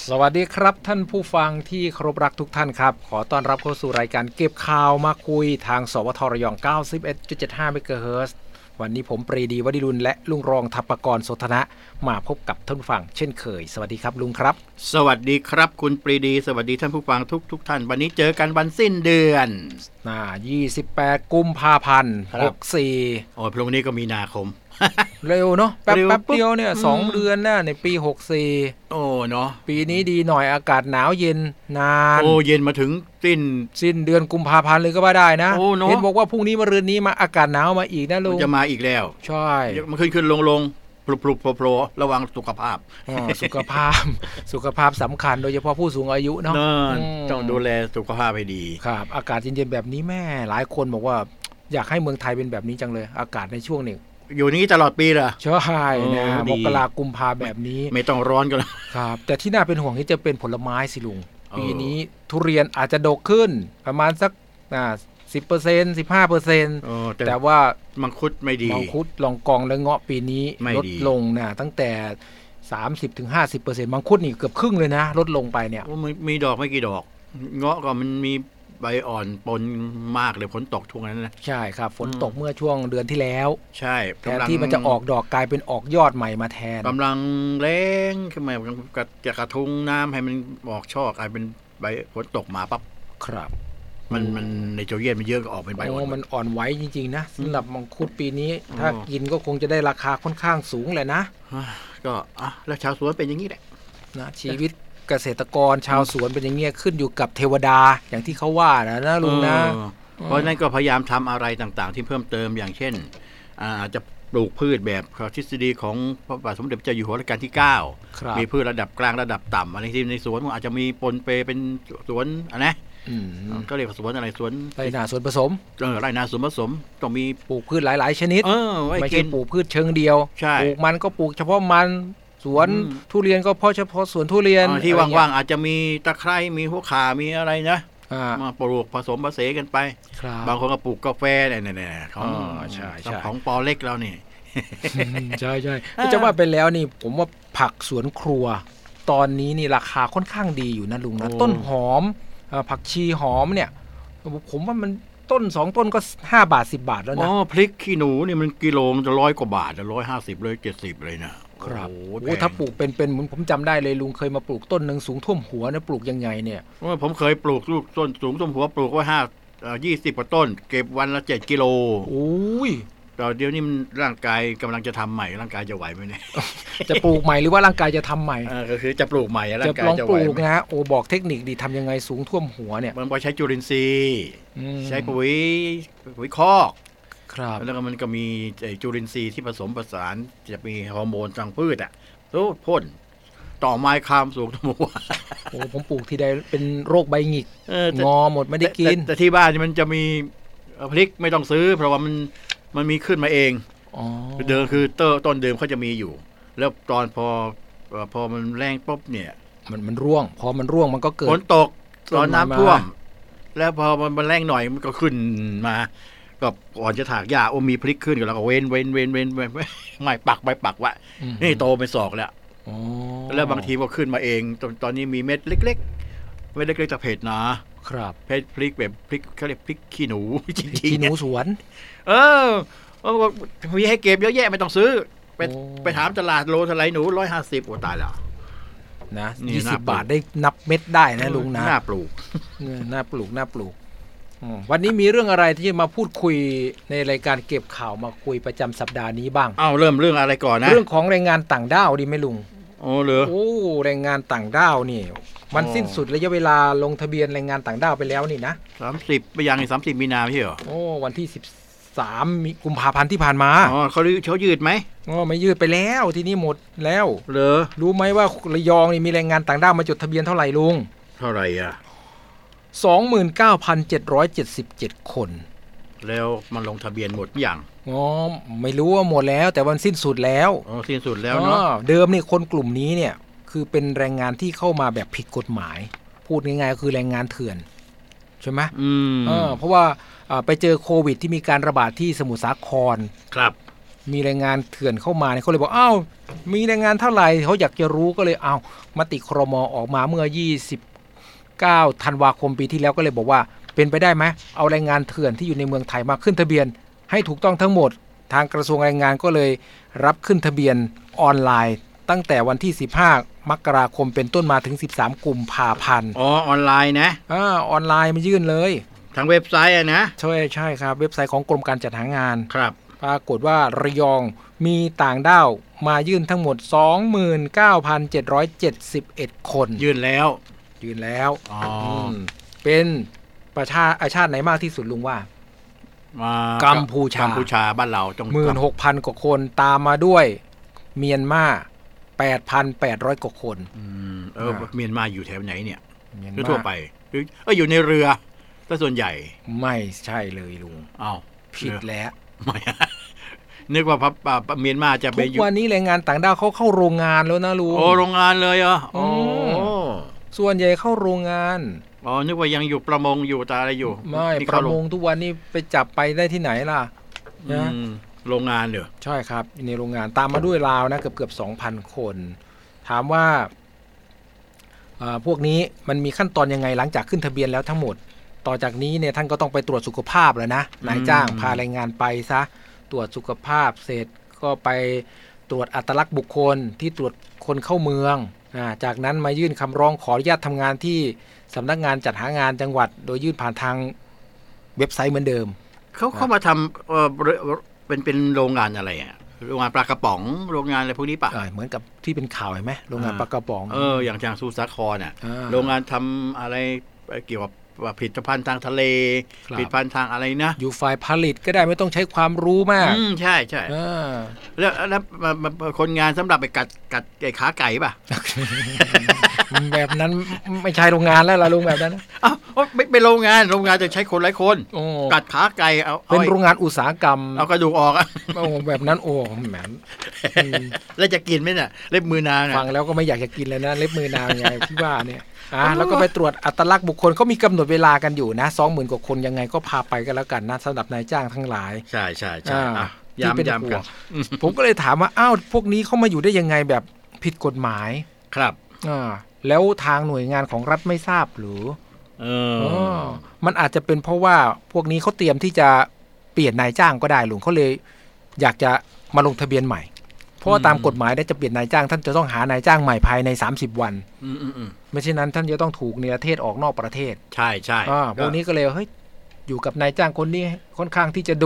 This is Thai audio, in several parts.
สวัสดีครับท่านผู้ฟังที่เคารพรักทุกท่านครับขอต้อนรับเข้าสู่รายการเก็บข่าวมาคุยทางสวทระยอง 91.75 เมกะเฮิรตซ์วันนี้ผมปรีดีวดิรุณและลุงรองทัพกรโสธนะมาพบกับท่านผู้ฟังเช่นเคยสวัสดีครับลุงครับสวัสดีครับคุณปรีดีสวัสดีท่านผู้ฟังทุกท่านวันนี้เจอกันวันสิ้นเดือน 28 กุมภาพันธ์ 64 โอ้ยพรุ่งนี้ก็มีนาคมเร็วเนาะแป๊บเดียวเนี่ย2เดือนแล้วในปี64 โอ้เนาะปีนี้ดีหน่อยอากาศหนาวเย็นนานโอ้เย็นมาถึงสิ้นเดือนกุมภาพันธ์เลยก็ว่าได้นะเห็นบอกว่าพรุ่งนี้มะรืนนี้มาอากาศหนาวมาอีกนะลุงจะมาอีกแล้วใช่มันขึ้นลงปลุกโผล่ระวังสุขภาพสุขภาพสำคัญโดยเฉพาะผู้สูงอายุเนาะต้องดูแลสุขภาพให้ดีครับอากาศเย็นๆแบบนี้แม่หลายคนบอกว่าอยากให้เมืองไทยเป็นแบบนี้จังเลยอากาศในช่วงนี้อยู่นี้ตลอดปีเหรอใช่นะมกราคมกุมภาแบบนี้ไม่ต้องร้อนกันครับแต่ที่น่าเป็นห่วงที่จะเป็นผลไม้สิลุงปีนี้ทุเรียนอาจจะดกขึ้นประมาณสัก10% 15% แต่ว่ามังคุดไม่ดีมังคุดลองกองและเงาะปีนี้ลดลงนะตั้งแต่ 30-50% มังคุดนี่เกือบครึ่งเลยนะลดลงไปเนี่ยมีดอกไม่กี่ดอกเงาะก็มันมีใบอ่อนปนมากเลยฝนตกช่วงนั้นนะใช่ครับฝนตกเมื่อช่วงเดือนที่แล้วใช่แทนที่มันจะออกดอกกลายเป็นออกยอดใหม่มาแทนกำลังแรงขึ้นมาจะกระทุ้งน้ำให้มันออกช่อกลายเป็นใบฝนตกมาปั๊บครับมันในโจเยนมันเยอะก็ออกเป็นใบอ่อนมันอ่อนไหวจริงๆนะสำหรับมังคุดปีนี้ถ้ากินก็คงจะได้ราคาค่อนข้างสูงแหละนะก็แล้วชาวสวนเป็นอย่างนี้แหละนะชีวิตเกษตรกรชาวสวนเป็นอย่างเงี้ยขึ้นอยู่กับเทวดาอย่างที่เขาว่านะลุงนะเพราะนั้นก็พยายามทำอะไรต่างๆที่เพิ่มเติมอย่างเช่นอาจจะปลูกพืชแบบทฤษฎีของพระบาทสมเด็จพระเจ้าอยู่หัวรัชกาลที่9มีพืชระดับกลางระดับต่ำอะไรที่ในสวนอาจจะมีปนเปเป็นสวนนะก็เรียกว่าสวนอะไรสวนไรนาสวนผสมไรนาสวนผสมต้องมีปลูกพืชหลายๆชนิดไม่ใช่ปลูกพืชเชิงเดียวปลูกมันก็ปลูกเฉพาะมันสวนทุเรียนก็เฉพาะสวนทุเรียนที่ว่างๆอาจจะมีตะไคร้มีหัวข่ามีอะไรนะมาปลูกผสมผสานกันไปบางคนก็ปลูกกาแฟเนี่ยของปอเล็กเรานี่ใช่จะว่าไปแล้วนี่ผมว่าผักสวนครัวตอนนี้นี่ราคาค่อนข้างดีอยู่นะลุงนะต้นหอมผักชีหอมเนี่ยผมว่ามันต้น2ต้นก็5 บาท10 บาทแล้วนะพริกขี้หนูนี่มันกิโลมันจะ100 กว่าบาทจะ150เลย70เลยนะครับถ้าปลูกเป็นเหมือนผมจำได้เลยลุงเคยมาปลูกต้นนึงสูงท่วมหัวนะปลูกยังไงเนี่ยผมเคยปลูกลูกต้นสูงท่วมหัวปลูกไว้20 กว่าต้นเก็บวันละ7 กิโลโอ้ยตอนเดี๋ยวนี้มันร่างกายกำลังจะทำใหม่ร่างกายจะไหวไหมเนี่ยจะปลูกใหม่หรือว่าร่างกายจะทำใหม่ก็คือจะปลูกใหม่ร่างกายจะไหวไหมจะลองปลูกนะบอกเทคนิคดีทำยังไงสูงท่วมหัวเนี่ยมันใช้จุลินทรีย์ใช้ปุ๋ยคอกแล้วก็มันก็มีจุลินทรีย์ที่ผสมผสานจะมีฮอร์โมนทางพืชพ่นต่อไม้คามสูงทั้งหมดผมปลูกทีใดเป็นโรคใบหงิกงอหมดไม่ได้กินแต่ที่บ้านมันจะมีพริกไม่ต้องซื้อเพราะว่ามันมีขึ้นมาเองเดิมคือต้นเดิมเขาจะมีอยู่แล้วตอนพอมันแรงปุ๊บเนี่ยมันร่วงพอมันร่วงมันก็เกิดฝนตกตอนน้ำท่วมแล้วพอมันแรงหน่อยมันก็ขึ้นมาก็ก่อนจะถากหญ้ามีพริกขึ้นก็แล้วก็เว้นไม่ปักไว้ปักไว้นี่โตเป็นศอกแล้วแล้วบางทีก็ขึ้นมาเองตอนนี้มีเม็ดเล็กๆเม็ดเล็กๆจะเผ็ดนะครับพริกแบบพริกเขาเรียกพริกขี้หนูจริงๆขี้หนูสวนมีให้เก็บเยอะแยะไม่ต้องซื้อไปถามตลาดโลเท่าไหร่หนู150โอ้ตายแล้วนะ20 บาทได้นับเม็ดได้นะลุงนะน่าปลูกน่าปลูกวันนี้มีเรื่องอะไรที่จะมาพูดคุยในรายการเก็บข่าวมาคุยประจำสัปดาห์นี้บ้างเริ่มเรื่องอะไรก่อนนะเรื่องของแรงงานต่างด้าวดีไหมลุงเหรอแรงงานต่างด้าวนี่มันสิ้นสุดระยะเวลาลงทะเบียนแรงงานต่างด้าวไปแล้วนี่นะ 30ไปยัง30 มีนาใช่เหรอวันที่13 กุมภาพันธ์ที่ผ่านมาเขายืดไหมไม่ยืดไปแล้วทีนี้หมดแล้วเหรอรู้ไหมว่าระยองนี่มีแรงงานต่างด้าวมาจดทะเบียนเท่าไหร่ลุงเท่าไหร่อ่ะ 29,777 คนแล้วมันลงทะเบียนหมดยังไม่รู้ว่าหมดแล้วแต่วันสิ้นสุดแล้วสิ้นสุดแล้วเนาะเดิมนี่คนกลุ่มนี้เนี่ยคือเป็นแรงงานที่เข้ามาแบบผิดกฎหมายพูดง่ายๆก็คือแรงงานเถื่อนใช่ไหมเพราะว่าไปเจอโควิดที่มีการระบาดที่สมุทรสาครครับมีแรงงานเถื่อนเข้ามาเนี่ยเขาเลยบอกอ้าวมีแรงงานเท่าไหร่เขาอยากจะรู้ก็เลยเอามติครม.ออกมาเมื่อ29ธันวาคมปีที่แล้วก็เลยบอกว่าเป็นไปได้ไหมเอาแรงงานเถื่อนที่อยู่ในเมืองไทยมาขึ้นทะเบียนให้ถูกต้องทั้งหมดทางกระทรวงแรงงานก็เลยรับขึ้นทะเบียนออนไลน์ตั้งแต่วันที่15มกราคมเป็นต้นมาถึง13กุมภาพันธ์ออนไลน์นะออนไลน์มายื่นเลยทางเว็บไซต์นะใช่ครับเว็บไซต์ของกรมการจัดหางานครับปรากฏว่าระยองมีต่างด้าวมายื่นทั้งหมด 29,771 คนยื่นแล้วเป็นประชาติไหนมากที่สุดลุงว่ากัมพูชาบ้านเราต้อง 16,000 กว่าคนตามมาด้วยเมียนมา 8,800 กว่าคนเมียนมาอยู่แถวไหนเนี่ยทั่วไปอยู่ในเรือก็ส่วนใหญ่ไม่ใช่เลยลุงผิดแล้วไม่นึกว่าเมียนมาจะไปอยู่ทุกวันนี้แรงงานต่างด้าวเขาเข้าโรงงานแล้วนะลุงโรงงานเลยเหรอส่วนใหญ่เข้าโรงงานนึกว่ายังอยู่ประมงอยู่แต่อะไรอยู่ไม่ประมงทุกวันนี้ไปจับไปได้ที่ไหนล่ะนะโรงงานเหรอใช่ครับในโรงงานตามมาด้วยลาวนะเกือบ 2,000 คนถามว่าพวกนี้มันมีขั้นตอนยังไงหลังจากขึ้นทะเบียนแล้วทั้งหมดต่อจากนี้เนี่ยท่านก็ต้องไปตรวจสุขภาพแล้วนะนายจ้างพาแรงงานไปซะตรวจสุขภาพเสร็จก็ไปตรวจอัตลักษณ์บุคคลที่ตรวจคนเข้าเมืองจากนั้นมายื่นคำร้องขออนุญาตทำงานที่สำนักงานจัดหางานจังหวัดโดยยื่นผ่านทางเว็บไซต์เหมือนเดิมเขามาทำเป็นโรงงานอะไรอ่ะโรงงานปลากระป๋องโรงงานอะไรพวกนี้ปะเหมือนกับที่เป็นข่าวเห็นไหมโรงงานปลากระป๋องอย่างสมุทรสาครน่ะโรงงานทำอะไรเกี่ยวกับผลิตภัณฑ์ทางทะเลผลิตภัณฑ์ทางอะไรนะอยู่ฝ่ายผลิตก็ได้ไม่ต้องใช้ความรู้มากใช่แล้วคนงานสำหรับไปกัดไก่ขาไก่ป่ะแบบนั้นไม่ใช่โรงงานแล้วล่ะลุงแบบนั้นไม่เป็นโรงงานจะใช้คนหลายคนกัดขาไก่เอาเป็นโรงงานอุตสาหกรรมเอากระดูกออกแบบนั้นแหมแล้วจะกินไหมเนี่ยเล็บมือนางฟังแล้วก็ไม่อยากจะกินเลยนะเล็บมือนางไงที่ว่าเนี่ยแล้วก็ไปตรวจอัตลักษณ์บุคคลเขามีกำหนดเวลากันอยู่นะ 20,000 กว่าคนยังไงก็พาไปกันแล้วกันนะสำหรับนายจ้างทั้งหลายใช่ย้ำกันผมก็เลยถามว่าอ้าวพวกนี้เขามาอยู่ได้ยังไงแบบผิดกฎหมายครับแล้วทางหน่วยงานของรัฐไม่ทราบหรือมันอาจจะเป็นเพราะว่าพวกนี้เขาเตรียมที่จะเปลี่ยนนายจ้างก็ได้ลุงเขาเลยอยากจะมาลงทะเบียนใหม่เพราะว่าตามกฎหมายได้จะเปลี่ยนนายจ้างท่านจะต้องหานายจ้างใหม่ภายใน30 วันไม่เช่นนั้นท่านจะต้องถูกเนรเทศออกนอกประเทศใช่พวกนี้ก็เลยเฮ้ยอยู่กับนายจ้างคนนี้ค่อนข้างที่จะดุ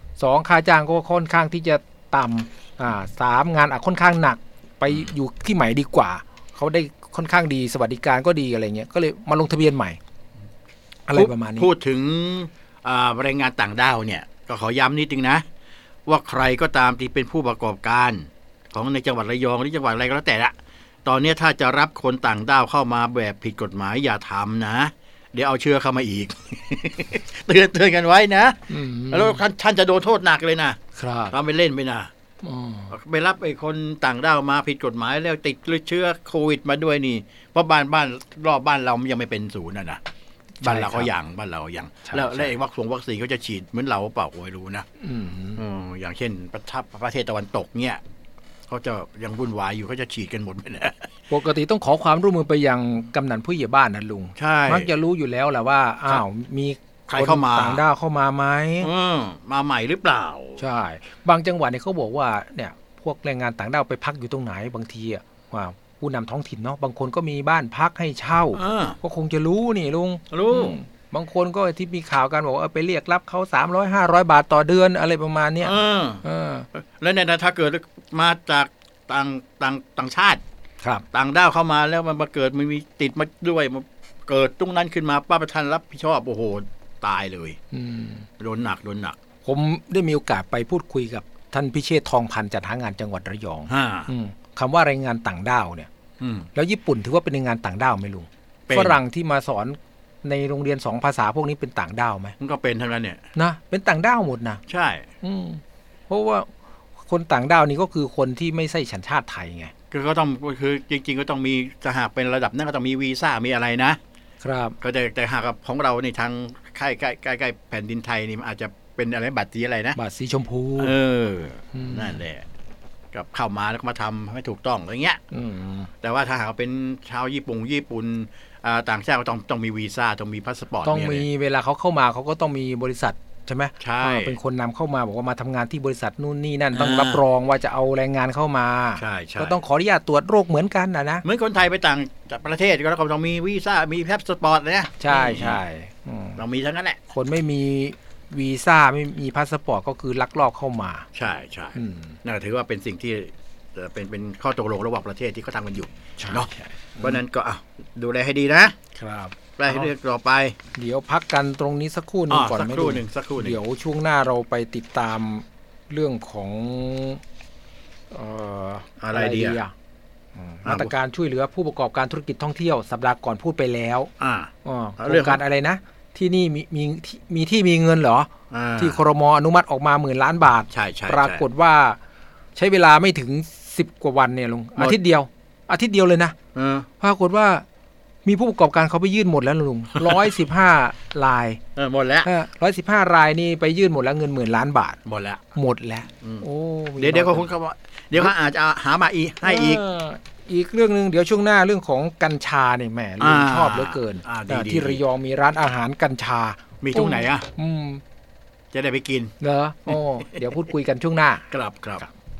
2ค่าจ้างก็ค่อนข้างที่จะต่ำ3งานค่อนข้างหนักไปอยู่ที่ใหม่ดีกว่าเขาได้ค่อนข้างดีสวัสดิการก็ดีอะไรเงี้ยก็เลยมาลงทะเบียนใหม่อะไรประมาณนี้พูดถึงแรงงานต่างด้าวเนี่ยก็ขอย้ำนิดนึงนะว่าใครก็ตามที่เป็นผู้ประกอบการของในจังหวัดระยองหรือจังหวัดอะไรก็แล้วแต่ละตอนนี้ถ้าจะรับคนต่างด้าวเข้ามาแบบผิดกฎหมายอย่าทำนะเดี๋ยวเอาเชื้อเข้ามาอีก เตือนกันไว้นะแล้วท่านจะโดนโทษหนักเลยนะครับเราไม่เล่นไปนะไปรับไอ้คนต่างด้าวมาผิดกฎหมายแล้วติดเชื้อโควิดมาด้วยนี่เพราะบ้านรอบบ้านเรายังไม่เป็นศูนย์นะบ้านเราเขาอย่างบ้านเราอย่างแล้วไอ้วัคซีนเขาจะฉีดเหมือนเราเปล่าไม่รู้นะอย่างเช่นประเทศตะวันตกเนี่ยเขาจะยังวุ่นวายอยู่เขาจะฉีดกันหมดไปนะปกติต้องขอความร่วมมือไปยังกำนันผู้ใหญ่บ้านนะลุงใช่มักจะรู้อยู่แล้วแหละว่ามีใครเข้ามาต่างด้าวเข้ามาไหมมาใหม่หรือเปล่าใช่บางจังหวัดเนี่ยเขาบอกว่าเนี่ยพวกแรงงานต่างด้าวไปพักอยู่ตรงไหนบางทีว่าผู้นำท้องถิ่นเนาะบางคนก็มีบ้านพักให้เช่าก็คงจะรู้นี่ลุงรู้บางคนก็ที่มีข่าวกันบอกว่าไปเรียกรับเขา300-500 บาทต่อเดือนอะไรประมาณนี้แล้วเนี่ยถ้าเกิดมาจากต่างชาติครับต่างด้าวเข้ามาแล้วมันมาเกิดมันมีติดมาด้วยมันเกิดตรงนั้นขึ้นมาป้าประธานรับผิดชอบโอ้โหตายเลยโดนหนักผมได้มีโอกาสไปพูดคุยกับท่านพิเชษฐ์ทองพันธ์จัดหางานจังหวัดระยองคำว่าแรงงานต่างด้าวเนี่ยแล้วญี่ปุ่นถือว่าเป็นแรงงานต่างด้าวไหมลุงฝรั่งที่มาสอนในโรงเรียน2ภาษาพวกนี้เป็นต่างด้าวไหมมันก็เป็นทั้งนั้นเนี่ยนะเป็นต่างด้าวหมดนะใช่เพราะว่าคนต่างด้าวนี่ก็คือคนที่ไม่ใช่สัญชาติไทยไงก็ต้องคือจริงๆก็ต้องมีจะหากเป็นระดับนั้นก็ต้องมีวีซ่ามีอะไรนะครับก็แต่หากของเราในทางใกล้แผ่นดินไทยนี่มันอาจจะเป็นอะไรบัตรสีอะไรนะบัตรสีชมพูนั่นแหละกับเข้ามาแล้วก็มาทำให้ถูกต้องอะไรเงี้ยแต่ว่าถ้าหากเป็นชาวญี่ปุ่นต่างชาติก็ต้องมีวีซ่าต้องมีพาสปอร์ตต้องมีเวลาเขาเข้ามาเขาก็ต้องมีบริษัทใช่ไหมใช่เป็นคนนำเข้ามาบอกว่ามาทำงานที่บริษัทนู่นนี่นั่นต้องรับรองว่าจะเอาแรงงานเข้ามาใช่ก็ต้องขออนุญาตตรวจโรคเหมือนกันนะเหมือนคนไทยไปต่างประเทศก็ต้องมีวีซ่ามีพาสปอร์ตนะใช่ใช่เรามีทั้งนั้นแหละคนไม่มีวีซ่าไม่มีพาสปอร์ตก็คือลักลอบเข้ามาใช่ใช่นั่นถือว่าเป็นสิ่งที่เป็นข้อตกลงระหว่างประเทศที่เขาทำกันอยู่เนาะเพราะนั้นก็ดูแลให้ดีนะครับไปเรื่องต่อไปเดี๋ยวพักกันตรงนี้สักครู่นึงก่อนสักครู่หนึ่งเดี๋ยวช่วงหน้าเราไปติดตามเรื่องของอะไรดีมาตรการช่วยเหลือผู้ประกอบการธุรกิจท่องเที่ยวสัปดาห์ก่อนพูดไปแล้วโครงการอะไรนะที่นี่มีที่มีเงินเหรอที่ครม.อนุมัติออกมา10,000 ล้านบาทปรากฏว่าใช้เวลาไม่ถึง10 กว่าวันเนี่ยลุงอาทิตย์เดียวเลยนะปรากฏว่ามีผู้ประกอบการเขาไปยื่นหมดแล้วลุง115 รายหมดแล้ว 115 รายนี่ไปยื่นหมดแล้วเงิน10,000 ล้านบาทหมดแล้วโอ้เดี๋ยวเขาคงเดี๋ยวเขาอาจจะหามาอีกเรื่องนึงเดี๋ยวช่วงหน้าเรื่องของกัญชาเนี่ยแหมลุงชอบเหลือเกินที่ระยองมีร้านอาหารกัญชามีตรงไหนจะได้ไปกินเหรอเดี๋ยวพูดคุยกันช่วงหน้าครับ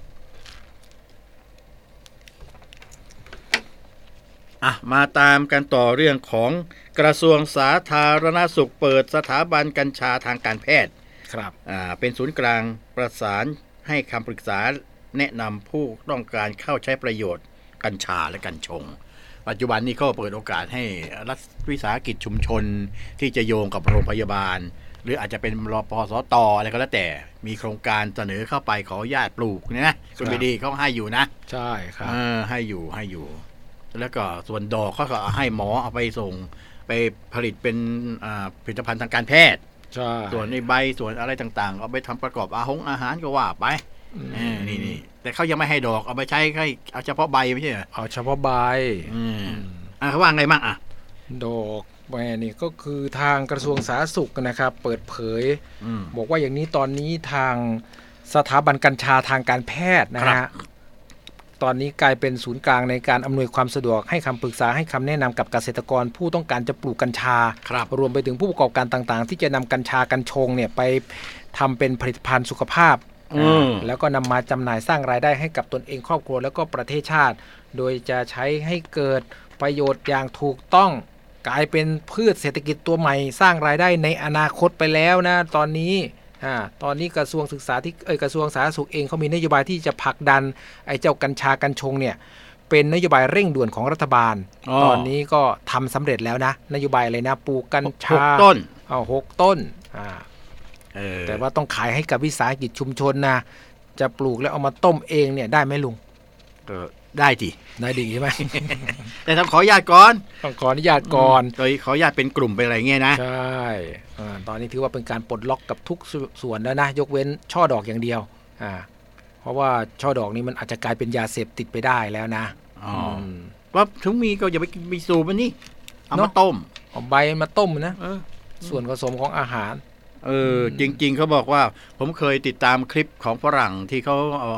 มาตามกันต่อเรื่องของกระทรวงสาธารณสุขเปิดสถาบันกัญชาทางการแพทย์ครับเป็นศูนย์กลางประสานให้คำปรึกษาแนะนำผู้ต้องการเข้าใช้ประโยชน์กัญชาและกัญชงปัจจุบันนี้ก็เปิดโอกาสให้รัฐวิสาหกิจชุมชนที่จะโยงกับโรงพยาบาลหรืออาจจะเป็นรปสต.อะไรก็แล้วแต่มีโครงการเสนอเข้าไปขออนุญาตปลูกนะคุณบีดีเขาให้อยู่นะใช่ครับให้อยู่แล้วก็ส่วนดอกเขาก็ให้หมอเอาไปส่งไปผลิตเป็นผลิตภัณฑ์ทางการแพทย์ส่วนในใบส่วนอะไรต่างๆเอาไปทำประกอบอาหารก็ว่าไปนี่แต่เขายังไม่ให้ดอกเอาไปใช้แค่เอาเฉพาะใบไม่ใช่เหรอเอาเฉพาะใบเขาว่าไงบ้างดอกแม่นี่ก็คือทางกระทรวงสาธารณสุขนะครับเปิดเผยบอกว่าอย่างนี้ตอนนี้ทางสถาบันกัญชาทางการแพทย์นะฮะตอนนี้กลายเป็นศูนย์กลางในการอำนวยความสะดวกให้คำปรึกษาให้คำแนะนำกับเกษตรกรผู้ต้องการจะปลูกกัญชารวมไปถึงผู้ประกอบการต่างๆที่จะนำกัญชากัญชงเนี่ยไปทำเป็นผลิตภัณฑ์สุขภาพแล้วก็นำมาจำหน่ายสร้างรายได้ให้กับตนเองครอบครัวแล้วก็ประเทศชาติโดยจะใช้ให้เกิดประโยชน์อย่างถูกต้องกลายเป็นพืชเศรษฐกิจตัวใหม่สร้างรายได้ในอนาคตไปแล้วนะตอนนี้กระทรวงศึกษาที่กระทรวงสาธารณสุขเองเขามีนโยบายที่จะผลักดันไอ้เจ้ากัญชากัญชงเนี่ยเป็นนโยบายเร่งด่วนของรัฐบาลตอนนี้ก็ทำสำเร็จแล้วนะนโยบายอะไรนะปลูกกัญชา 6 ต้น 6 ต้นแต่ว่าต้องขายให้กับวิสาหกิจชุมชนนะจะปลูกแล้วเอามาต้มเองเนี่ยได้ไหมลุงได้ดีใช่ไหมแต่ต้องขออนุญาตก่อนต้องขออนุญาตก่อนโดยขออนุญาตเป็นกลุ่มเป็นอะไรเงี้ยนะใช่ตอนนี้ถือว่าเป็นการปลดล็อกกับทุกส่วนแล้วนะยกเว้นช่อดอกอย่างเดียวเพราะว่าช่อดอกนี้มันอาจจะกลายเป็นยาเสพติดไปได้แล้วนะว่าถึงมีก็อย่าไปมีสูบมันนี่เอามาต้มเอาใบมาต้มนะส่วนผสมของอาหารจริงๆเขาบอกว่าผมเคยติดตามคลิปของฝรั่งที่เขา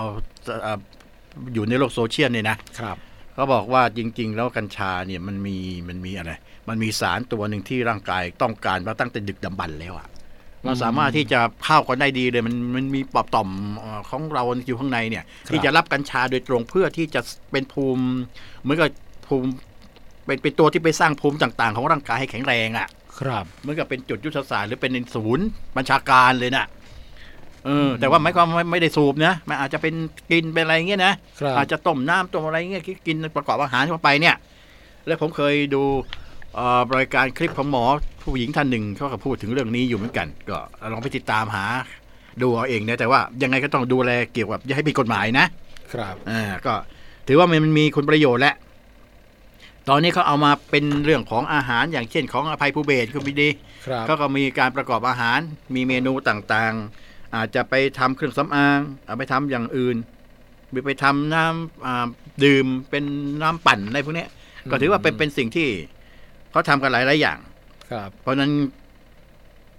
อยู่ในโลกโซเชียลเนี่ยนะครับเขาบอกว่าจริงๆแล้วกัญชาเนี่ยมันมีอะไรมันมีสารตัวหนึ่งที่ร่างกายต้องการมาตั้งแต่ดึกดำบรรพ์แล้วมันสามารถที่จะเข้ากันได้ดีเลยมันมีปอบต่อมของเราอยู่ข้างในเนี่ยที่จะรับกัญชาโดยตรงเพื่อที่จะเป็นภูมิเหมือนกับภูมิเป็นตัวที่ไปสร้างภูมิต่างๆของร่างกายให้แข็งแรงครับเหมือนกับเป็นจุดยุทธศาสตร์หรือเป็นศูนย์บัญชาการเลยนะแต่ว่าหมายความไม่ได้สูบนะมันอาจจะเป็นกินเป็นอะไรเงี้ยนะอาจจะต้มน้ำต้มอะไรเงี้ยกินประกอบอาหารเข้าไปเนี่ยแล้วผมเคยดูรายการคลิปของหมอผู้หญิงท่านหนึ่งเขาก็พูดถึงเรื่องนี้อยู่เหมือนกันก็ลองไปติดตามหาดูเอาเองนะแต่ว่ายังไงก็ต้องดูแลเกี่ยวกับอย่าให้ผิดกฎหมายนะครับก็ถือว่ามันมีคุณประโยชน์แล้วตอนนี้เขาเอามาเป็นเรื่องของอาหารอย่างเช่นของอภัยภูเบศรคุณพี่ดีเขาก็มีการประกอบอาหารมีเมนูต่างๆอาจจะไปทำเครื่องสำอางเอาไปทำอย่างอื่นหรือไปทำน้ำดื่มเป็นน้ำปั่นอะไรพวกนี้ก็ถือว่าเป็นสิ่งที่เขาทำกันหลายๆอย่างเพราะนั้น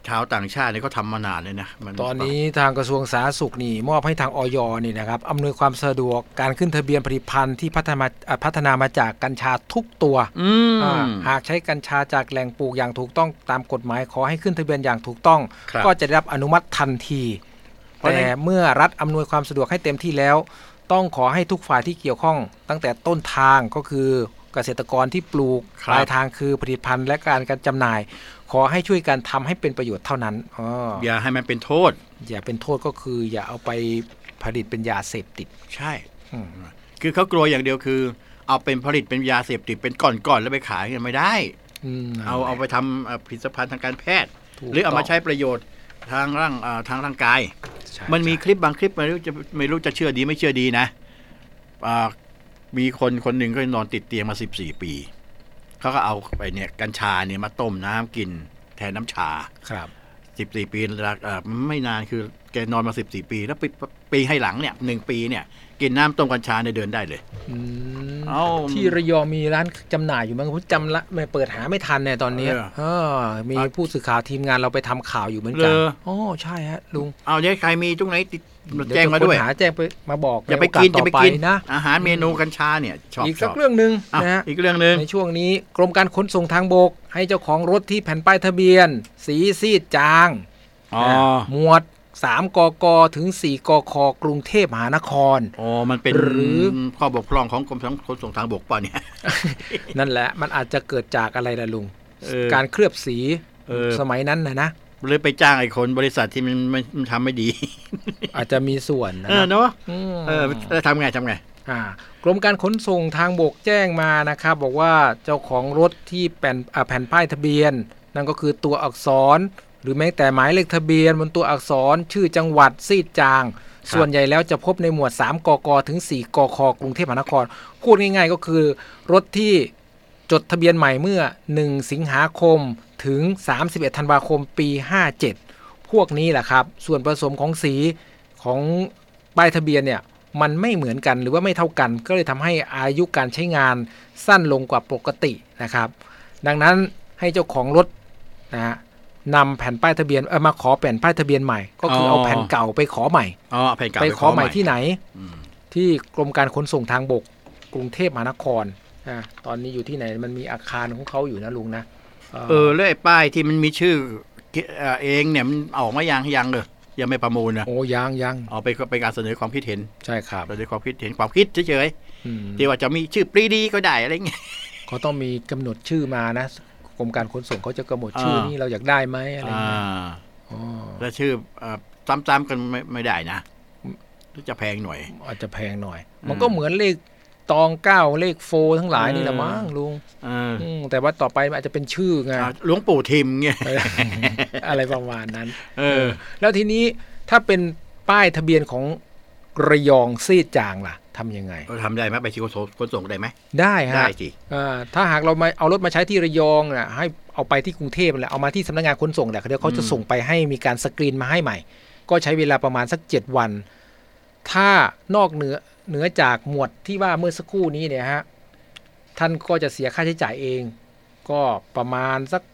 ชาวต่างชาตินี่เขาทำมานานเลยนะตอนนี้ทางกระทรวงสาธารณสุขนี่มอบให้ทางอย.นี่นะครับอำนวยความสะดวกการขึ้นทะเบียนผลิตภัณฑ์ที่พัฒนามาจากกัญชาทุกตัวหากใช้กัญชาจากแหล่งปลูกอย่างถูกต้องตามกฎหมายขอให้ขึ้นทะเบียนอย่างถูกต้องก็จะได้รับอนุมัติทันทีแต่เมื่อรัฐอำนวยความสะดวกให้เต็มที่แล้วต้องขอให้ทุกฝ่ายที่เกี่ยวข้องตั้งแต่ต้นทางก็คือเกษตรกรที่ปลูกปลายทางคือผลิตภัณฑ์และการจำหน่ายขอให้ช่วยกันทำให้เป็นประโยชน์เท่านั้นอย่าให้มันเป็นโทษอย่าเป็นโทษก็คืออย่าเอาไปผลิตเป็นยาเสพติดใช่คือเขากลัวอย่างเดียวคือเอาเป็นผลิตเป็นยาเสพติดเป็นก้อนๆแล้วไปขายไม่ได้เอาไปทำผลิตภัณฑ์ทางการแพทย์หรือเอามาใช้ประโยชน์ทางร่างกายมันมีคลิปบางคลิปไม่รู้จะเชื่อดีไม่เชื่อดีนะมีคนหนึ่งก็นอนติดเตียงมา14 ปีเขาก็เอาไปเนี่ยกัญชาเนี่ยมาต้มน้ำกินแทนน้ำชาครับ 14 ปีไม่นานคือแกนอนมา14 ปีแล้วปีให้หลังเนี่ย1 ปีเนี่ยกินน้ำต้มกัญชาในเดินได้เลยที่ระยองมีร้านจำหน่ายอยู่มั้งผมจำละไม่เปิดหาไม่ทันเนี่ยตอนนี้มีผู้สื่อข่าวทีมงานเราไปทำข่าวอยู่เหมือนกันใช่ฮะลุงเอาเนี่ยใครมีตรงไหนแจ้งมาด้วยหาแจ้งไปมาบอกอย่าไปกินนะอาหารเมนูกัญชาเนี่ยชอบอีกสักเรื่องนึงนะฮะอีกเรื่องนึงในช่วงนี้กรมการขนส่งทางบกให้เจ้าของรถที่แผ่นป้ายทะเบียนสีซีดจางหมวด3 กก.ถึง4 กค.กรุงเทพมหานครมันเป็นหรือข้อบกพร่องของกรมขนส่งทางบกป่ะเนี่ยนั่นแหละมันอาจจะเกิดจากอะไรล่ะลุงการเคลือบสีสมัยนั้นนะหรือไปจ้างไอ้คนบริษัทที่มันทำไม่ดีอาจจะมีส่วนนะเนาะทำไงกรมการขนส่งทางบกแจ้งมานะครับบอกว่าเจ้าของรถที่แผ่นป้ายทะเบียนนั่นก็คือตัวอักษรหรือแม้แต่หมายเลขทะเบียนบนตัวอักษรชื่อจังหวัดซีดจางส่วนใหญ่แล้วจะพบในหมวด3 กก.ถึง4 กค.กรุงเทพมหานครพูดง่ายๆก็คือรถที่จดทะเบียนใหม่เมื่อ1 สิงหาคมถึง31 ธันวาคมปี57พวกนี้แหละครับส่วนผสมของสีของป้ายทะเบียนเนี่ยมันไม่เหมือนกันหรือว่าไม่เท่ากันก็เลยทำให้อายุการใช้งานสั้นลงกว่าปกตินะครับดังนั้นให้เจ้าของรถนะฮะนำแผ่นป้ายทะเบียนมาขอแผ่นป้ายทะเบียนใหม่ก็คือเอาแผ่นเก่าไปขอใหม่ไปขอใหม่ที่ไหนที่กรมการขนส่งทางบกกรุงเทพมหานครตอนนี้อยู่ที่ไหนมันมีอาคารของเขาอยู่นะลุงนะแล้วไอ้ป้ายที่มันมีชื่อเองเนี่ยมันออกมายังเลยยังไม่ประมูลนะยังเอาไปการเสนอความคิดเห็นใช่ครับเสนอความคิดเห็นความคิดเฉยๆที่ว่าจะมีชื่อปรีดีก็ได้อะไรเงี้ยเขาต้องมีกำหนดชื่อมานะกรมการขนส่งเขาจะกำหนดชื่อนี้เราอยากได้ไหมอะไรเงี้ยแล้วชื่อซ้ำๆกันไม่ได้นะจะแพงหน่อยอาจจะแพงหน่อยมันก็เหมือนเลขตอง9เลขโฟทั้งหลายนี่แหละมั้งลุงแต่ว่าต่อไปอาจจะเป็นชื่อไงหลวงปู่ทิมเงี้ยอะไรประมาณนั้นแล้วทีนี้ถ้าเป็นป้ายทะเบียนของระยองซีดจางล่ะทำยังไงทำได้ไหมไปที่ขนส่งได้ไหมได้ฮะได้สิถ้าหากเราเอารถมาใช้ที่ระยองน่ะให้เอาไปที่กรุงเทพแหละเอามาที่สำนักงานขนส่งแหละเดี๋ยวเขาจะส่งไปให้มีการสกรีนมาให้ใหม่ก็ใช้เวลาประมาณสัก7 วันถ้านอกเหนือจากหมวดที่ว่าเมื่อสักครู่นี้เนี่ยฮะท่านก็จะเสียค่าใช้จ่ายเองก็ประมาณสัก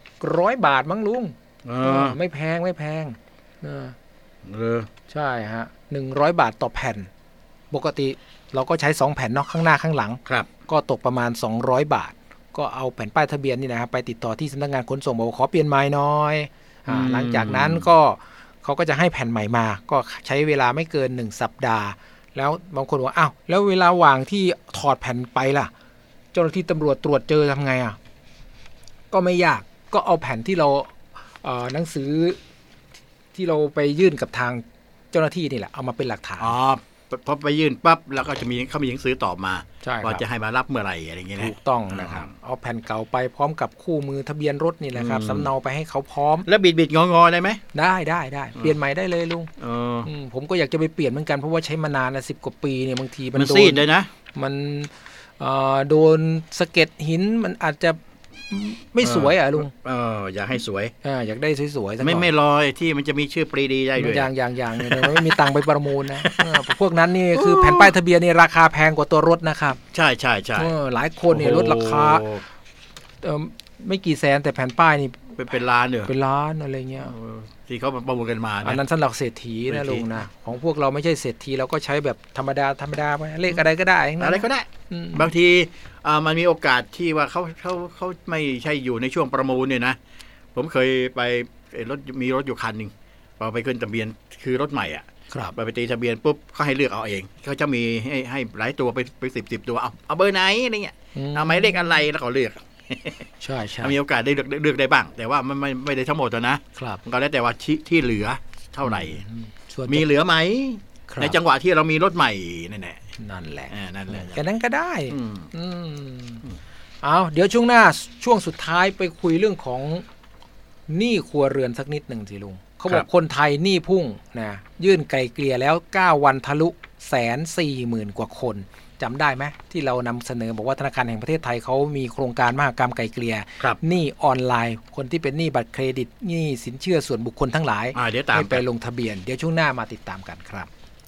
100 บาทมั้งลุงไม่แพงใช่ฮะ100 บาทต่อแผ่นปกติเราก็ใช้2 แผ่นเนาะข้างหน้าข้างหลังก็ตกประมาณ200 บาทก็เอาแผ่นป้ายทะเบียนนี่นะครับไปติดต่อที่สำนักงานขนส่งบอกขอเปลี่ยนใหม่หน่อยหลังจากนั้นก็เขาก็จะให้แผ่นใหม่มาก็ใช้เวลาไม่เกิน1 สัปดาห์แล้วบางคนบอกอ้าวแล้วเวลาว่างที่ถอดแผ่นไปล่ะเจ้าหน้าที่ตำรวจตรวจเจอทำไงก็ไม่ยากก็เอาแผ่นที่เราหนังสือที่เราไปยื่นกับทางเจ้าหน้าที่นี่แหละเอามาเป็นหลักฐานพอไปยื่นปั๊บแล้วก็จะมีเขามีหนังสือตอบมาว่าจะให้มารับเมื่อไหร่อะไรอย่างเงี้ยถูกต้องนะครับเอาแผ่นเก่าไปพร้อมกับคู่มือทะเบียนรถนี่แหละครับสำเนาไปให้เขาพร้อมแล้วบิดงอได้ไหมได้เปลี่ยนใหม่ได้เลยลุงผมก็อยากจะไปเปลี่ยนเหมือนกันเพราะว่าใช้มานานแล้ว10 กว่าปีเนี่ยบางทีมันซีดเลยนะมันโดนสะเก็ดหินมันอาจจะไม่สวยลุงอยากให้สวยอยากได้สวยๆไม่ลอยที่มันจะมีชื่อปรีดีได้ด้วยอย่างเนี่ยไม่มีตังค์ไปประมูลนะพวกนั้นนี่คือแผ่นป้ายทะเบียนนี่ราคาแพงกว่าตัวรถนะครับใช่หลายคนเนี่ยลดราคาไม่กี่แสนแต่แผ่นป้ายนี่เป็นล้านเนี่ยเป็นล้านอะไรเงี้ยที่เขาประมูลกันมาอันนั้นสำหรับเศรษฐีนะลุงนะของพวกเราไม่ใช่เศรษฐีเราก็ใช้แบบธรรมดาไปเลขอะไรก็ได้อะไรก็ได้บางทีมันมีโอกาสที่ว่าเขาไม่ใช่อยู่ในช่วงประมูลเนี่ยนะผมเคยไปมีรถอยู่คันนึงพอไปขึ้นทะเบียนคือรถใหม่อ่ะไปตีทะเบียนปุ๊บเขาให้เลือกเอาเองเขาจะมีให้หลายตัวไป10ตัวเอาเบอร์ไหนอะไรเงี้ยเอาหมายเลขอะไรแล้วก็เลือกใช่มีโอกาสได้เลือกได้บ้างแต่ว่ามันไม่ได้ทั้งหมดนะครับก็แล้วแต่ว่าที่เหลือเท่าไหร่มีเหลือไหมในจังหวะที่เรามีรถใหม่นั่นแหละแค่นั้นก็ได้เอาเดี๋ยวช่วงหน้าช่วงสุดท้ายไปคุยเรื่องของหนี้ครัวเรือนสักนิดหนึ่งสิลุงเขาบอกคนไทยหนี้พุ่งนะยื่นไกลเกลี่ยแล้ว9วันทะลุ140,000 กว่าคนจำได้ไหมที่เรานำเสนอบอกว่าธนาคารแห่งประเทศไทยเขามีโครงการมหกรรมไกลเกลี่ยหนี้ออนไลน์คนที่เป็นหนี้บัตรเครดิตหนี้สินเชื่อส่วนบุคคลทั้งหลายให้ไปลงทะเบียนเดี๋ยวช่วงหน้ามาติดตามกันครับ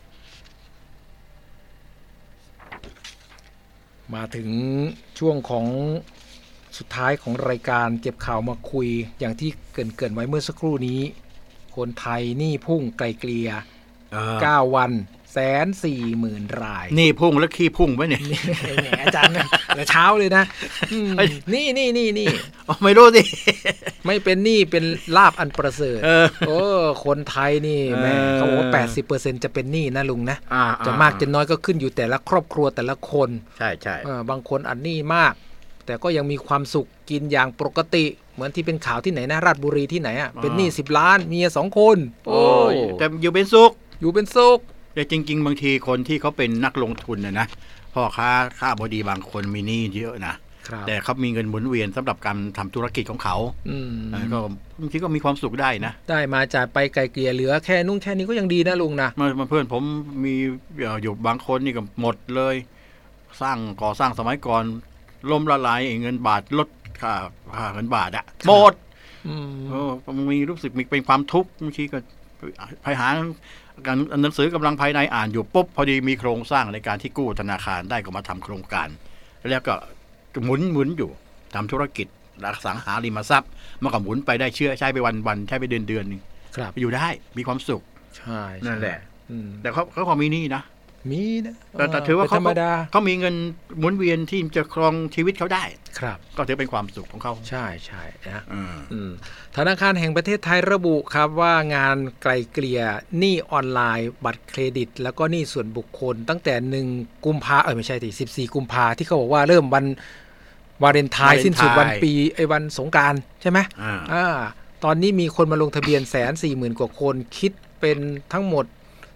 มาถึงช่วงของสุดท้ายของรายการเก็บข่าวมาคุยอย่างที่เกริ่นไว้เมื่อสักครู่นี้คนไทยหนี้พุ่งไกลเกลี่ย9 วัน140,000 รายนี่พุ่งแล้วขี้พุ่งไว้เนี่ยอาจารย์แต่เช้าเลยนะนี่ไม่รู้สิไม่เป็นหนี้เป็นลาภอันประเสริฐคนไทยนี่แม่เขาบอกว่า 80% จะเป็นหนี้นะลุงนะจะมากจะน้อยก็ขึ้นอยู่แต่ละครอบครัวแต่ละคนใช่บางคนอันหนี้มากแต่ก็ยังมีความสุขกินอย่างปกติเหมือนที่เป็นข่าวที่ไหนนะราชบุรีที่ไหนอ่ะเป็นหนี้10 ล้านเมีย2 คนแต่อยู่เป็นสุขแต่จริงๆบางทีคนที่เขาเป็นนักลงทุนนะพ่อค้าข้าบดีบางคนมีหนี้เยอะนะแต่เขามีเงินหมุนเวียนสำหรับการทำธุรกิจของเขาก็บางทีก็มีความสุขได้นะได้มาจากไปไกลเกลี่ยเหลือแค่นุ่งแค่นี้ก็ยังดีนะลุงนะเพื่อนผมมีอยู่บางคนนี่ก็หมดเลยก่อสร้างสมัยก่อนล้มละลายเงินบาทลดค่าเงินบาทอะหมดมีรู้สึกมีเป็นความทุกข์บางทีก็ไปหาการหนังสือกำลังภายในอ่านอยู่ปุ๊บพอดีมีโครงสร้างในการที่กู้ธนาคารได้ก็มาทำโครงการแล้วก็หมุนอยู่ทำธุรกิจอสังหาริมทรัพย์มันก็หมุนไปได้ใช้ไปวันใช้ไปเดือนนึงอยู่ได้มีความสุขใช่นั่นแหละแต่เขามีนี่นะมีนะแต่ถือว่าเขามีเงินหมุนเวียนที่จะครองชีวิตเขาได้ครับก็ถือเป็นความสุขของเขาใช่นะธนาคารแห่งประเทศไทยระบุครับว่างานไกลเกลี่ยหนี้ออนไลน์บัตรเครดิตแล้วก็หนี้ส่วนบุคคลตั้งแต่1 กุมภาพันธ์ไม่ใช่ที่14 กุมภาพันธ์ที่เขาบอกว่าเริ่มวันวาเลนไทน์สิ้นสุดวันปีวันสงกรานต์ใช่ไหมตอนนี้มีคนมาลงทะเบียน140,000 กว่าคนคิดเป็นทั้งหมด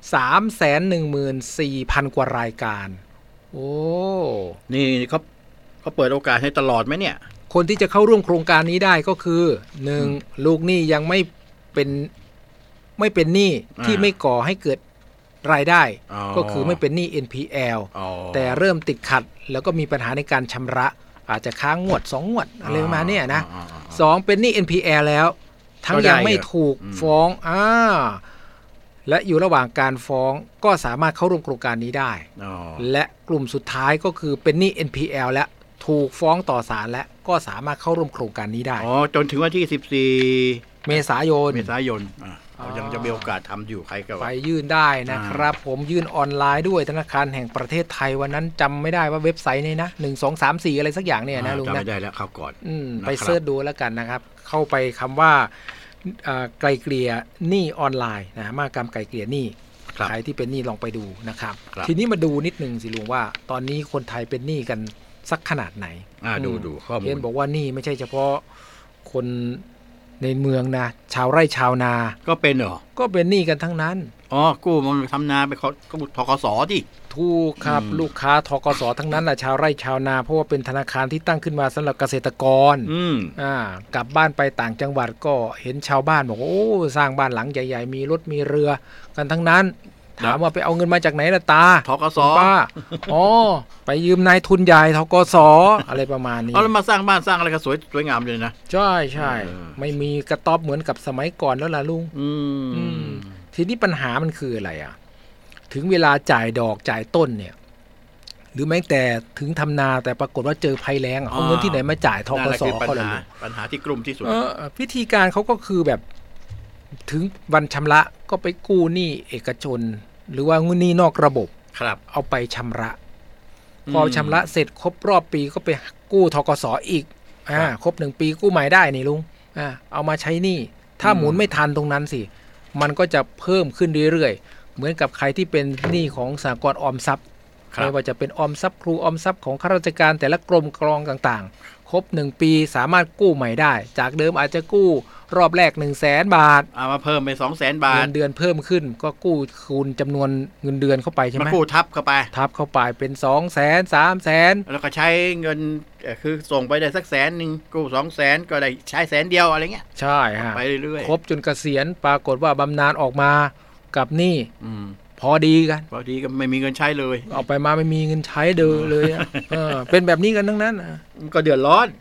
314,000 กว่ารายการโอ้นี่เขาเปิดโอกาสให้ตลอดไหมเนี่ยคนที่จะเข้าร่วมโครงการนี้ได้ก็คือ1ลูกหนี้ยังไม่เป็นหนี้ที่ไม่ก่อให้เกิดรายได้ก็คือไม่เป็นหนี้ NPL แต่เริ่มติดขัดแล้วก็มีปัญหาในการชำระอาจจะค้างงวด2 งวดอะไรประมาณนี้นะ2เป็นหนี้ NPL แล้วทั้งยังไม่ถูกฟ้องและอยู่ระหว่างการฟ้องก็สามารถเข้าร่วมโครงการนี้ได้และกลุ่มสุดท้ายก็คือเป็นหนี้ NPL และถูกฟ้องต่อศาลและก็สามารถเข้าร่วมโครงการนี้ได้จนถึงวันที่14 เมษายนยังจะมีโอกาสทำอยู่ใครก็ไปยื่นได้นะครับผมยื่นออนไลน์ด้วยธนาคารแห่งประเทศไทยวันนั้นจำไม่ได้ว่าเว็บไซต์นี่นะ1 2 3 4อะไรสักอย่างเนี่ยนะลุงนะจำไม่ได้แล้วเข้าก่อนไปเสิร์ชดูแล้วกันนะครับเข้าไปคำว่าไกลเกลี่ยหนี้ออนไลน์นะมหกรรมไกลเกลี่ยหนี้ใครที่เป็นหนี้ลองไปดูนะครับทีนี้มาดูนิดนึงสิลุงว่าตอนนี้คนไทยเป็นหนี้กันสักขนาดไหนดูข้อมูลเห็นบอกว่าหนี้ไม่ใช่เฉพาะคนในเมืองนะชาวไร่ชาวนาก็เป็นเหรอก็เป็นหนี้กันทั้งนั้นกู้มันทำนาไปเขาธกส.ดิถูกครับลูกค้าธกส.ทั้งนั้นแหละชาวไร่ชาวนาเพราะว่าเป็นธนาคารที่ตั้งขึ้นมาสำหรับเกษตรกรกลับบ้านไปต่างจังหวัดก็เห็นชาวบ้านบอกว่าโอ้สร้างบ้านหลังใหญ่ๆมีรถมีเรือกันทั้งนั้นถามว่าไปเอาเงินมาจากไหนล่ะตาธกส. ป้าไปยืมนายทุนใหญ่ธกส.อะไรประมาณนี้แล้วมาสร้างบ้านสร้างอะไรก็สวยงามเลยนะใช่ไม่มีกระต๊อบเหมือนกับสมัยก่อนแล้วล่ะลุงทีนี้ปัญหามันคืออะไรถึงเวลาจ่ายดอกจ่ายต้นเนี่ยรือแม้แต่ถึงทำนาแต่ปรากฏว่าเจอภัยแล้งเอาเงินที่ไหนมาจ่ายทกสเขาเลยปัญหาที่กลุ่มที่สุดวิธีการเขาก็คือแบบถึงวันชำระก็ไปกู้หนี้เอกชนหรือว่าหนี้นอกระบบครับเอาไปชำระพอชำระเสร็จครบรอบปีก็ไปกู้ทกสอีกครบ1 ปีกู้ใหม่ได้นี่ลุงเอามาใช้หนี้ถ้าหมุนไม่ทันตรงนั้นสิมันก็จะเพิ่มขึ้นเรื่อยๆเหมือนกับใครที่เป็นหนี้ของสหกรณ์ออมทรัพย์ไม่ว่าจะเป็นออมทรัพย์ครูออมทรัพย์ของข้าราชการแต่ละกรมกองต่างๆครบ1 ปีสามารถกู้ใหม่ได้จากเดิมอาจจะกู้รอบแรก 100,000 บาทเอามาเพิ่มไป 200,000 บาทเงินเดือนเพิ่มขึ้นก็กู้คูณจำนวนเงินเดือนเข้าไปใช่ไหมมากู้ทับเข้าไปเป็น 200,000 300,000 แล้วก็ใช้เงินคือส่งไปได้สัก100,000กู้ 200,000ก็ได้ใช้100,000อะไรเงี้ยใช่ฮะไปเรื่อยๆครบจนเกษียณปรากฏว่าบำนาญออกมากับหนี้พอดีกันพอดีก็ไม่มีเงินใช้เลยเอาไปมาไม่มีเงินใช้เลยเป็นแบบนี้กันทั้งนั้นก็เดือดร้อน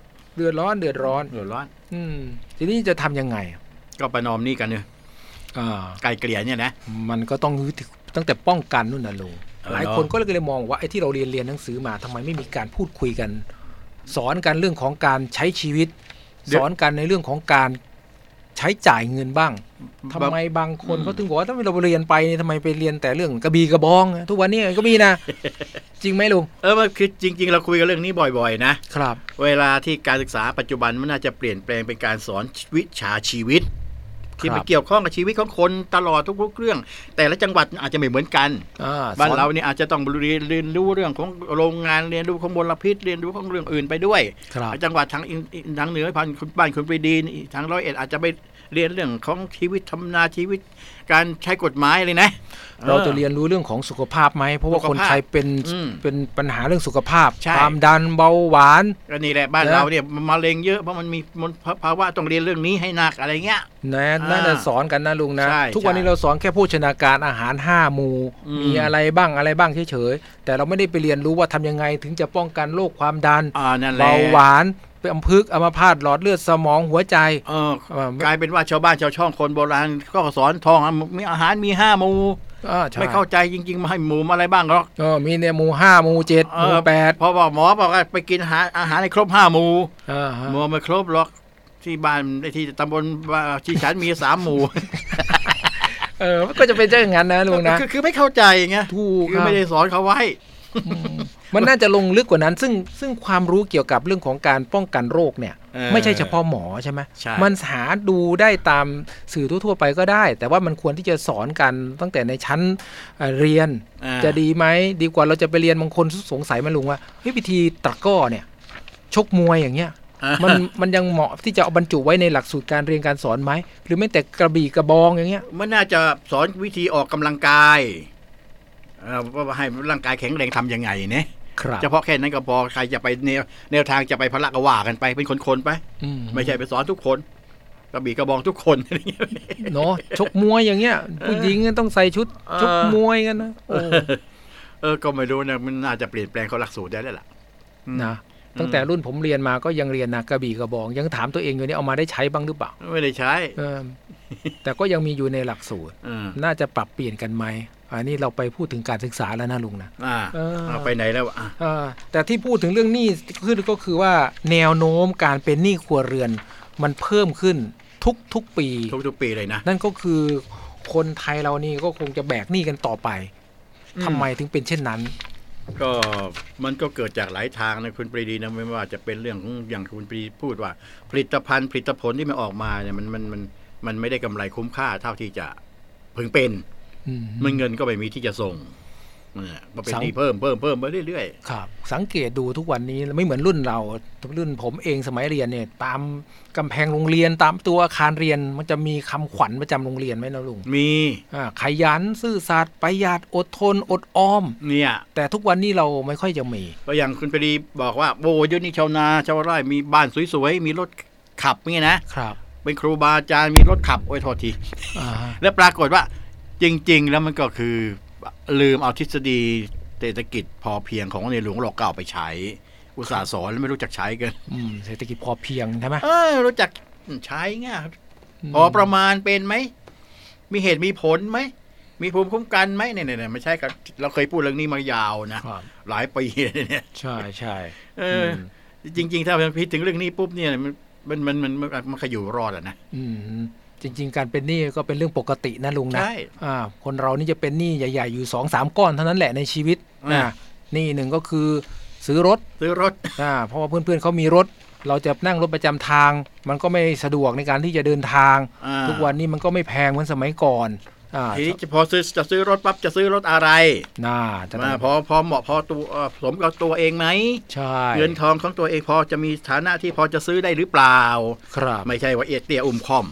ทีนี้จะทำยังไงก็ประนอมหนี้กันเนี่ยไกลเกลี่ยเนี่ยนะมันก็ต้องตั้งแต่ป้องกันนู่นน่ะลุงหลายคนก็เลยมองว่าไอ้ที่เราเรียนหนังสือมาทำไมไม่มีการพูดคุยกันสอนกันเรื่องของการใช้ชีวิตสอนกันในเรื่องของการใช้จ่ายเงินบ้างทำไมบางคนเขาถึงบอกว่าถ้าเราเรียนไปทำไมไปเรียนแต่เรื่องกระบี่กระบองทุกวันนี้ก็มีนะจริงไหมลุงมันคือจริงๆเราคุยกันเรื่องนี้บ่อยๆนะครับเวลาที่การศึกษาปัจจุบันมันน่าจะเปลี่ยนแปลงเป็นการสอนวิชาชีวิตที่ไปเกี่ยวข้องกับชีวิตของคนตลอดทุกๆเรื่องแต่ละจังหวัดอาจจะไม่เหมือนกันบ้านเราเนี่ยอาจจะต้องเรียนรู้เรื่องของโรงงานเรียนรู้ของมลพิษเรียนรู้ของเรื่องอื่นไปด้วยจังหวัดทางเหนือบ้านคุณปรีดีทาง101อาจจะไปเรียนเรื่องของชีวิตทำนาชีวิตการใช้กฎหมายเลยนะเราจะเรียนรู้เรื่องของสุขภาพไหมเพราะว่าคนไทยเป็นปัญหาเรื่องสุขภาพความดันเบาหวานก็นี่แหละบ้านเราเนี่ยมะเร็งเยอะเพราะมันมีภาวะต้องเรียนเรื่องนี้ให้หนักอะไรเงี้ยน่าจะสอนกันนะลุงนะทุกวันนี้เราสอนแค่โภชนาการอาหาร5 หมู่มีอะไรบ้างเฉยๆแต่เราไม่ได้ไปเรียนรู้ว่าทำยังไงถึงจะป้องกันโรคความดันเบาหวานอัมพฤกษ์อัมพาตหลอดเลือดสมองหัวใจกลายเป็นว่าชาวบ้านชาวช่องคนโบราณก็สอนทองมีอาหารมี5 หมู่ไม่เข้าใจจริงๆมาให้หมู่อะไรบ้างหรอกมีเนี่ยหมู่5 หมู่ 7 หมู่ 8 พอบอกหมอบอกว่าไปกินอาหารให้ครบ5 หมู่หมู่ไม่ครบหรอกที่บ้านที่ตำบลที่ฉันมี3 หมู่ก็จะเป็นอย่างนั้นนะลุงนะคือไม่เข้าใจไงคือไม่ได้สอนเขาไว้มันน่าจะลงลึกกว่านั้นซึ่งความรู้เกี่ยวกับเรื่องของการป้องกันโรคเนี่ยไม่ใช่เฉพาะหมอใช่ไหมมันหาดูได้ตามสื่อทั่วๆไปก็ได้แต่ว่ามันควรที่จะสอนกันตั้งแต่ในชั้นเรียนจะดีไหมดีกว่าเราจะไปเรียนบางคนสงสัยมันลุงว่าวิธีตะกร้อเนี่ยชกมวยอย่างเงี้ยมันยังเหมาะที่จะเอาบรรจุไว้ในหลักสูตรการเรียนการสอนไหมหรือแม้แต่กระบี่กระบองอย่างเงี้ยมันน่าจะสอนวิธีออกกำลังกายว่าให้ร่างกายแข็งแรงทำยังไงเนี่ยเฉพาะแค่นั้นก็พอใครจะไปแนวทางจะไปพละก็ว่ากันไปเป็นคนๆไปไม่ใช่ไปสอนทุกคนกระบี่กระบองทุกคนเนาะชกมวยอย่างเงี้ยผู้หญิงต้องใส่ชุดชกมวยกันนะก็ไม่รู้นะมันน่าจะเปลี่ยนแปลงเขาหลักสูตรได้แล้วล่ะนะตั้งแต่รุ่นผมเรียนมาก็ยังเรียนนะกระบี่กระบองยังถามตัวเองอยู่นี่เอามาได้ใช้บ้างหรือเปล่าไม่ได้ใช้แต่ก็ยังมีอยู่ในหลักสูตรน่าจะปรับเปลี่ยนกันไหมอันนี้เราไปพูดถึงการศึกษาแล้วนะลุงนะไปไหนแล้วแต่ที่พูดถึงเรื่องหนี้ก็คือว่าแนวโน้มการเป็นหนี้ครัวเรือนมันเพิ่มขึ้นทุกปีเลยนะนั่นก็คือคนไทยเรานี่ก็คงจะแบกหนี้กันต่อไปทำไมถึงเป็นเช่นนั้นก็มันก็เกิดจากหลายทางนะคุณปรีดีนะไม่ว่าจะเป็นเรื่องของอย่างคุณปรีพูดว่าผลิตภัณฑ์ผลิตผลที่มันออกมาเนี่ยมันไม่ได้กำไรคุ้มค่าเท่าที่จะพึงเป็นมันเงินก็ไม่มีที่จะส่งมาเป็นหนี้เพิ่มมาเรื่อยๆครับสังเกตดูทุกวันนี้ไม่เหมือนรุ่นเรารุ่นผมเองสมัยเรียนเนี่ยตามกำแพงโรงเรียนตามตัวอาคารเรียนมันจะมีคำขวัญประจำโรงเรียนไหมนะลุงมีขยันซื่อสัตย์ประหยัดอดทนอดออมเนี่ยแต่ทุกวันนี้เราไม่ค่อยจะมีก็อย่างคุณปรีบอกว่าโอ้ยนี่ชาวนาชาวไร่มีบ้านสวยๆมีรถขับงี้นะครับเป็นครูบาอาจารย์มีรถขับโอ้ยโทษทีแล้วปรากฏว่าจริงๆแล้วมันก็คือลืมเอาทฤษฎีเศรษฐกิจพอเพียงของในหลวงรัชกาลที่ 9ไปใช้อุตสาห์สอนแล้วไม่รู้จักใช้กันเศรษฐกิจพอเพียงใช่ไหมรู้จักใช้ง่ายพอประมาณเป็นไหมมีเหตุมีผลไหมมีภูมิคุ้มกันไหมเนี่ยไม่ใช่ครับเราเคยพูดเรื่องนี้มายาวนะหลายปีเนี่ยใช่ใช่จริงๆถ้าพิดถึงเรื่องนี้ปุ๊บเนี่ยมันขอยู่รอดอ่ะนะจริงๆการเป็นหนี้ก็เป็นเรื่องปกตินะลุงนะคนเรานี่จะเป็นหนี้ใหญ่ๆอยู่ 2-3 ก้อนเท่านั้นแหละในชีวิตนะหนี้หนึ่งก็คือซื้อรถเพราะว่าเพื่อนๆเขามีรถเราจะนั่งรถประจำทางมันก็ไม่สะดวกในการที่จะเดินทางทุกวันนี้มันก็ไม่แพงเหมือนสมัยก่อนทีนี้พอจะซื้อรถปั๊บจะซื้อรถอะไรพอเหมาะพอตัวสมกับตัวเองไหมใช่เงินทองของตัวเองพอจะมีฐานะที่พอจะซื้อได้หรือเปล่าครับไม่ใช่ว่าเตี้ยคอม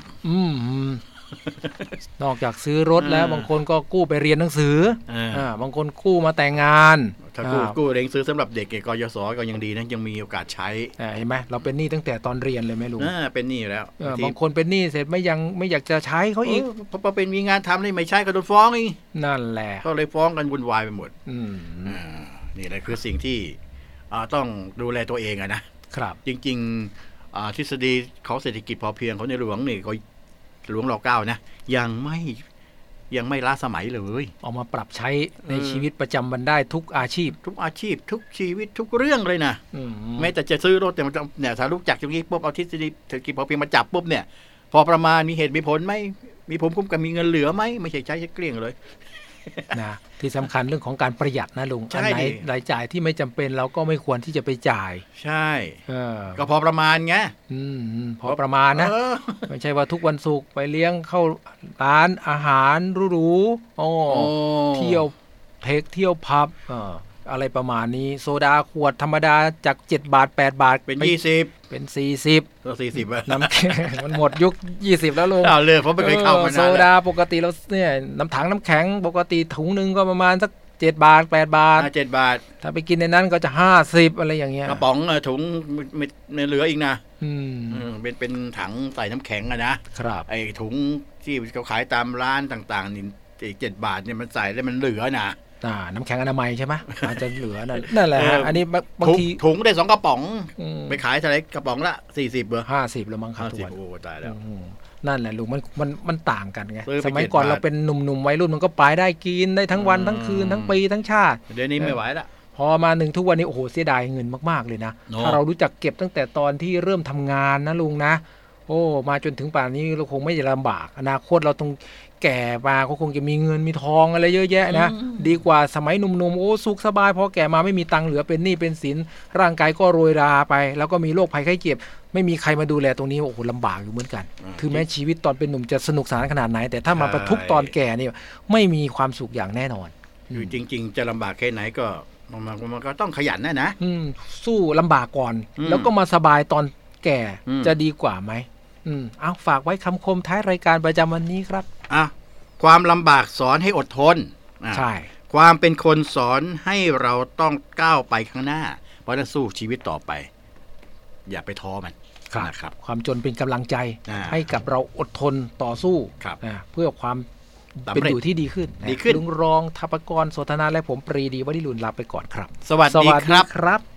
นอกจากซื้อรถแล้วบางคนก็กู้ไปเรียนหนังสือบางคนกู้มาแต่งงานถ้ากู้เรียนซื้อสำหรับเด็กกยศก็ยังดีนะยังมีโอกาสใช้เห็นไหมเราเป็นหนี้ตั้งแต่ตอนเรียนเลยไหมลุงเป็นหนี้แล้วบางคนเป็นหนี้เสร็จไม่อยากจะใช้เขาอีกพอเป็นมีงานทำเลยไม่ใช่ก็โดนฟ้องอีกนั่นแหละก็เลยฟ้องกันวุ่นวายไปหมดนี่แหละคือสิ่งที่ต้องดูแลตัวเองนะครับจริงๆทฤษฎีของเศรษฐกิจพอเพียงของในหลวงนี่ก็หลวงร.9นะยังไม่ล้าสมัยเลยเอามาปรับใช้ในชีวิตประจำวันได้ทุกอาชีพทุกชีวิตทุกเรื่องเลยนะแม้แต่จะซื้อรถแต่มันเนี่ยถ้ารู้จักตรงนี้ปุ๊บเอาทฤษฎีเศรษฐกิจพอเพียงมาจับปุ๊บเนี่ยพอประมาณมีเหตุมีผลไหมมีผมคุ้มกันมีเงินเหลือไหมไม่ใช่ใช้เกลี้ยงเลยนะที่สำคัญเรื่องของการประหยัดนะลุงอันไหนรายจ่ายที่ไม่จำเป็นเราก็ไม่ควรที่จะไปจ่ายใช่ก็พอประมาณไงพอประมาณนะไม่ใช่ว่าทุกวันศุกร์ไปเลี้ยงเข้าร้านอาหารหรูๆเที่ยวเที่ยวพับอะไรประมาณนี้โซดาขวดธรรมดาจาก7 บาท8 บาทเป็น20 เป็น40 ก็40 น้ำแข็งมันหมดยุค20แล้วลุงเลยเพราะไม่เคยเข้ามาโซดาปกติเราเนี่ยน้ำถังน้ำแข็งปกติถุงนึงก็ประมาณสัก7 บาท8 บาท 7 บาทถ้าไปกินในนั้นก็จะ50อะไรอย่างเงี้ยกระป๋องถุงไม่เหลืออีกนะเป็นถังใส่น้ำแข็งนะครับไอ้ถุงที่เขาขายตามร้านต่างๆนี่7 บาทเนี่ยมันใส่แล้วมันเหลือนะน้ำแข็งอนามัยใช่ไหมอาจจะเหลือนั่นแหละอันนี้บางทีถุงได้2 กระป๋องไปขายเท่าไหร่กระป๋องละ40เหรอ 50แล้วมั้งครับทุกวันโอ้ตายแล้วนั่นแหละลุงมันต่างกันไงสมัยก่อนเราเป็นหนุ่มๆวัยรุ่นมันก็ไปได้กินได้ทั้งวันทั้งคืนทั้งปีทั้งชาติเดี๋ยวนี้ไม่ไหวละพอมาทุกวันนี้โอ้โหเสียดายเงินมากๆเลยนะถ้าเรารู้จักเก็บตั้งแต่ตอนที่เริ่มทำงานนะลุงนะโอ้มาจนถึงป่านนี้เราคงไม่จะลำบากอนาคตเราต้องแก่มาก็คงจะมีเงินมีทองอะไรเยอะแยะนะดีกว่าสมัยหนุ่มๆโอ้สุขสบายพอแก่มาไม่มีตังค์เหลือเป็นหนี้เป็นสินร่างกายก็โรยราไปแล้วก็มีโรคภัยไข้เจ็บไม่มีใครมาดูแลตรงนี้โอ้โหลำบากอยู่เหมือนกันถึงแม้ชีวิตตอนเป็นหนุ่มจะสนุกสนานขนาดไหนแต่ถ้ามาประทุกตอนแก่นี่ไม่มีความสุขอย่างแน่นอนอยู่จริงๆจะลำบากแค่ไหนก็มันก็ต้องขยันนะสู้ลำบากก่อนแล้วก็มาสบายตอนแก่จะดีกว่าไหมเอาฝากไว้คำคมท้ายรายการประจำวันนี้ครับความลำบากสอนให้อดทนใช่ความเป็นคนสอนให้เราต้องก้าวไปข้างหน้าเพราะนั้นสู้ชีวิตต่อไปอย่าไปท้อมันครับความจนเป็นกำลังใจให้กับเราอดทนต่อสู้เพื่อความเป็นอยู่ที่ดีขึ้นลุงรองทัพกรโสธนาและผมปรีดีวดิรุณลาไปก่อนครับสวัสดีครับ